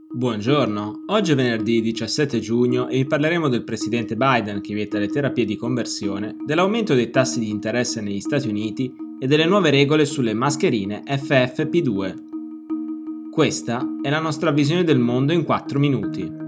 Buongiorno, oggi è venerdì 17 giugno e vi parleremo del presidente Biden che vieta le terapie di conversione, dell'aumento dei tassi di interesse negli Stati Uniti e delle nuove regole sulle mascherine FFP2. Questa è la nostra visione del mondo in 4 minuti.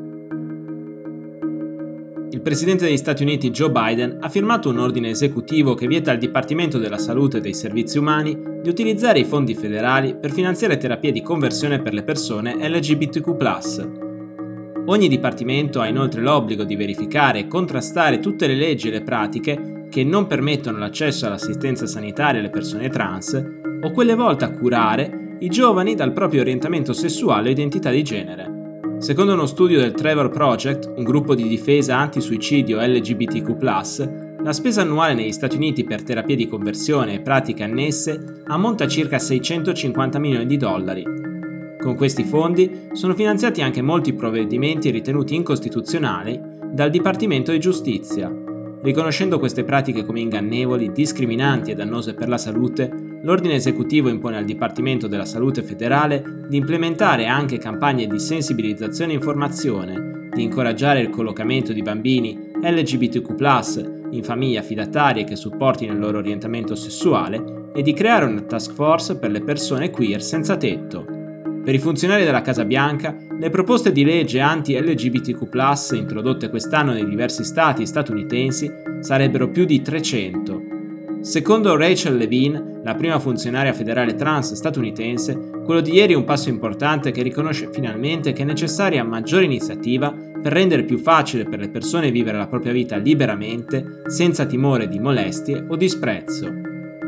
Il presidente degli Stati Uniti Joe Biden ha firmato un ordine esecutivo che vieta al Dipartimento della Salute e dei Servizi Umani di utilizzare i fondi federali per finanziare terapie di conversione per le persone LGBTQ+. Ogni dipartimento ha inoltre l'obbligo di verificare e contrastare tutte le leggi e le pratiche che non permettono l'accesso all'assistenza sanitaria alle persone trans o quelle volte a curare i giovani dal proprio orientamento sessuale o identità di genere. Secondo uno studio del Trevor Project, un gruppo di difesa anti-suicidio LGBTQ+, la spesa annuale negli Stati Uniti per terapie di conversione e pratiche annesse ammonta a circa 650 milioni di dollari. Con questi fondi sono finanziati anche molti provvedimenti ritenuti incostituzionali dal Dipartimento di Giustizia. Riconoscendo queste pratiche come ingannevoli, discriminanti e dannose per la salute, l'ordine esecutivo impone al Dipartimento della Salute federale di implementare anche campagne di sensibilizzazione e informazione, di incoraggiare il collocamento di bambini LGBTQ+, in famiglie affidatarie che supportino il loro orientamento sessuale e di creare una task force per le persone queer senza tetto. Per i funzionari della Casa Bianca, le proposte di legge anti-LGBTQ+, introdotte quest'anno nei diversi stati statunitensi, sarebbero più di 300. Secondo Rachel Levine, la prima funzionaria federale trans statunitense, quello di ieri è un passo importante che riconosce finalmente che è necessaria maggiore iniziativa per rendere più facile per le persone vivere la propria vita liberamente, senza timore di molestie o disprezzo.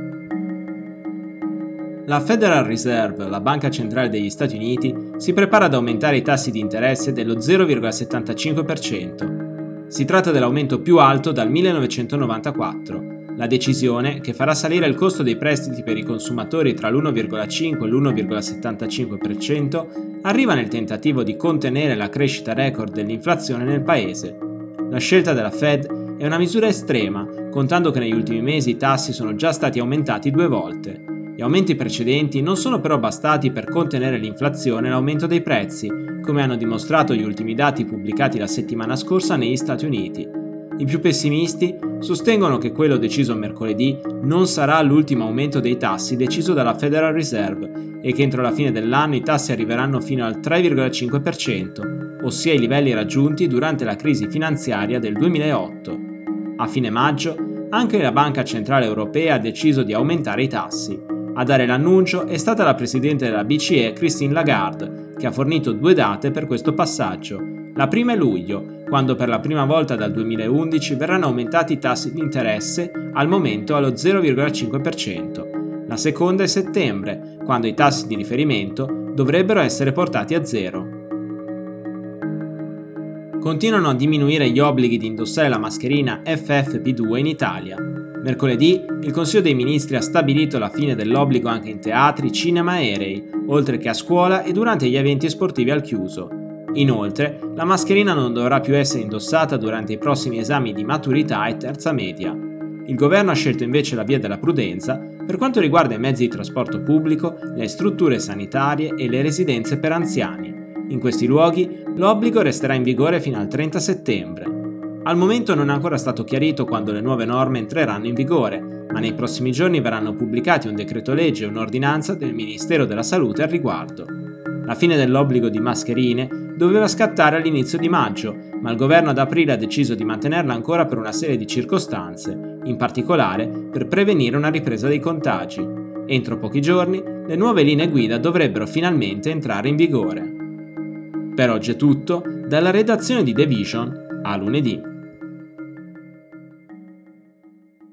La Federal Reserve, la banca centrale degli Stati Uniti, si prepara ad aumentare i tassi di interesse dello 0,75%. Si tratta dell'aumento più alto dal 1994. La decisione, che farà salire il costo dei prestiti per i consumatori tra l'1,5 e l'1,75%, arriva nel tentativo di contenere la crescita record dell'inflazione nel paese. La scelta della Fed è una misura estrema, contando che negli ultimi mesi i tassi sono già stati aumentati 2 volte. Gli aumenti precedenti non sono però bastati per contenere l'inflazione e l'aumento dei prezzi, come hanno dimostrato gli ultimi dati pubblicati la settimana scorsa negli Stati Uniti. I più pessimisti sostengono che quello deciso mercoledì non sarà l'ultimo aumento dei tassi deciso dalla Federal Reserve e che entro la fine dell'anno i tassi arriveranno fino al 3,5%, ossia i livelli raggiunti durante la crisi finanziaria del 2008. A fine maggio, anche la Banca Centrale Europea ha deciso di aumentare i tassi. A dare l'annuncio è stata la presidente della BCE Christine Lagarde, che ha fornito 2 date per questo passaggio. La prima è luglio, quando per la prima volta dal 2011 verranno aumentati i tassi di interesse, al momento allo 0,5%. La seconda è settembre, quando i tassi di riferimento dovrebbero essere portati a 0. Continuano a diminuire gli obblighi di indossare la mascherina FFP2 in Italia. Mercoledì il Consiglio dei Ministri ha stabilito la fine dell'obbligo anche in teatri, cinema e aerei, oltre che a scuola e durante gli eventi sportivi al chiuso. Inoltre, la mascherina non dovrà più essere indossata durante i prossimi esami di maturità e terza media. Il governo ha scelto invece la via della prudenza per quanto riguarda i mezzi di trasporto pubblico, le strutture sanitarie e le residenze per anziani. In questi luoghi l'obbligo resterà in vigore fino al 30 settembre. Al momento non è ancora stato chiarito quando le nuove norme entreranno in vigore, ma nei prossimi giorni verranno pubblicati un decreto legge e un'ordinanza del Ministero della Salute al riguardo. La fine dell'obbligo di mascherine doveva scattare all'inizio di maggio, ma il governo ad aprile ha deciso di mantenerla ancora per una serie di circostanze, in particolare per prevenire una ripresa dei contagi. Entro pochi giorni le nuove linee guida dovrebbero finalmente entrare in vigore. Per oggi è tutto, dalla redazione di The Vision a lunedì.